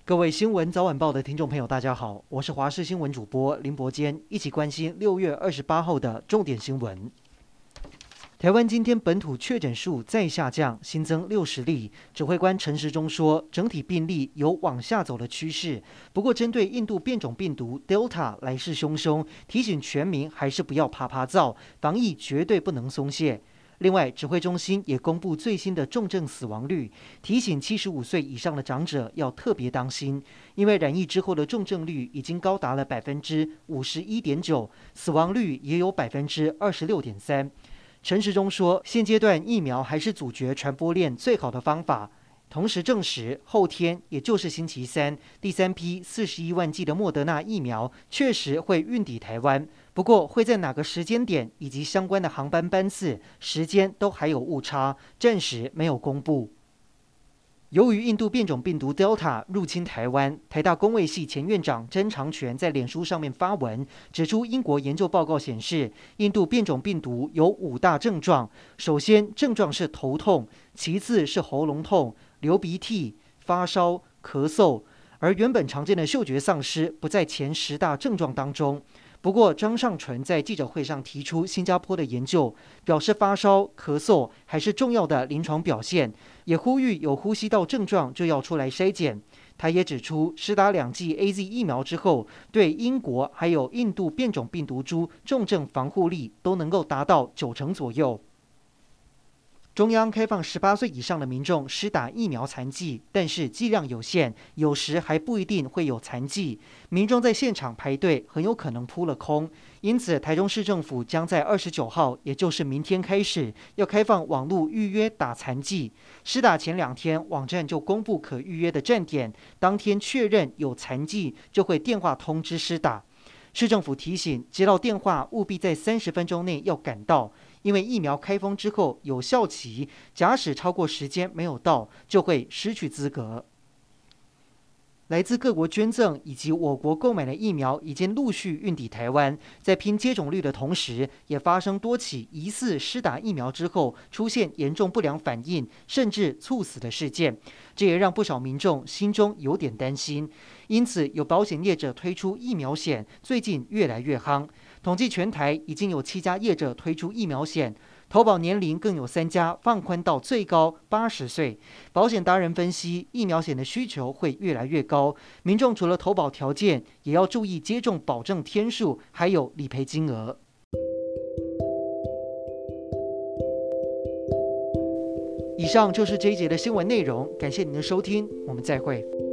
各位新闻早晚报的听众朋友，大家好，我是华视新闻主播林伯坚，一起关心6月28号的重点新闻。台湾今天本土确诊数再下降，新增60例。指挥官陈时中说，整体病例有往下走的趋势。不过，针对印度变种病毒 Delta 来势汹汹，提醒全民还是不要趴趴造，防疫绝对不能松懈。另外，指挥中心也公布最新的重症死亡率，提醒75岁以上的长者要特别当心，因为染疫之后的重症率已经高达了51.9%，死亡率也有26.3%。陈时中说，现阶段疫苗还是阻绝传播链最好的方法。同时证实，后天也就是星期三，第3批41万剂的莫德纳疫苗确实会运抵台湾，不过会在哪个时间点以及相关的航班班次、时间都还有误差，暂时没有公布。由于印度变种病毒 Delta 入侵台湾，台大公卫系前院长曾长全在脸书上面发文，指出英国研究报告显示，印度变种病毒有5大症状。首先，症状是头痛，其次是喉咙痛、流鼻涕、发烧、咳嗽，而原本常见的嗅觉丧失不在前10大症状当中。不过，张上淳在记者会上提出新加坡的研究，表示发烧、咳嗽还是重要的临床表现，也呼吁有呼吸道症状就要出来筛检。他也指出，施打2剂 AZ 疫苗之后，对英国还有印度变种病毒株重症防护力都能够达到90%左右。中央开放18岁以上的民众施打疫苗残剂，但是剂量有限，有时还不一定会有残剂。民众在现场排队，很有可能扑了空。因此，台中市政府将在29号，也就是明天开始，要开放网络预约打残剂。施打前2天，网站就公布可预约的站点，当天确认有残剂，就会电话通知施打。市政府提醒，接到电话务必在30分钟内要赶到，因为疫苗开封之后有效期，假使超过时间没有到，就会失去资格。来自各国捐赠以及我国购买的疫苗已经陆续运抵台湾，在拼接种率的同时，也发生多起疑似施打疫苗之后出现严重不良反应，甚至猝死的事件。这也让不少民众心中有点担心，因此有保险业者推出疫苗险，最近越来越夯。统计全台已经有7家业者推出疫苗险，投保年龄更有3家放宽到最高80岁。保险达人分析，疫苗险的需求会越来越高，民众除了投保条件，也要注意接种保证天数，还有理赔金额。以上就是这一节的新闻内容，感谢您的收听，我们再会。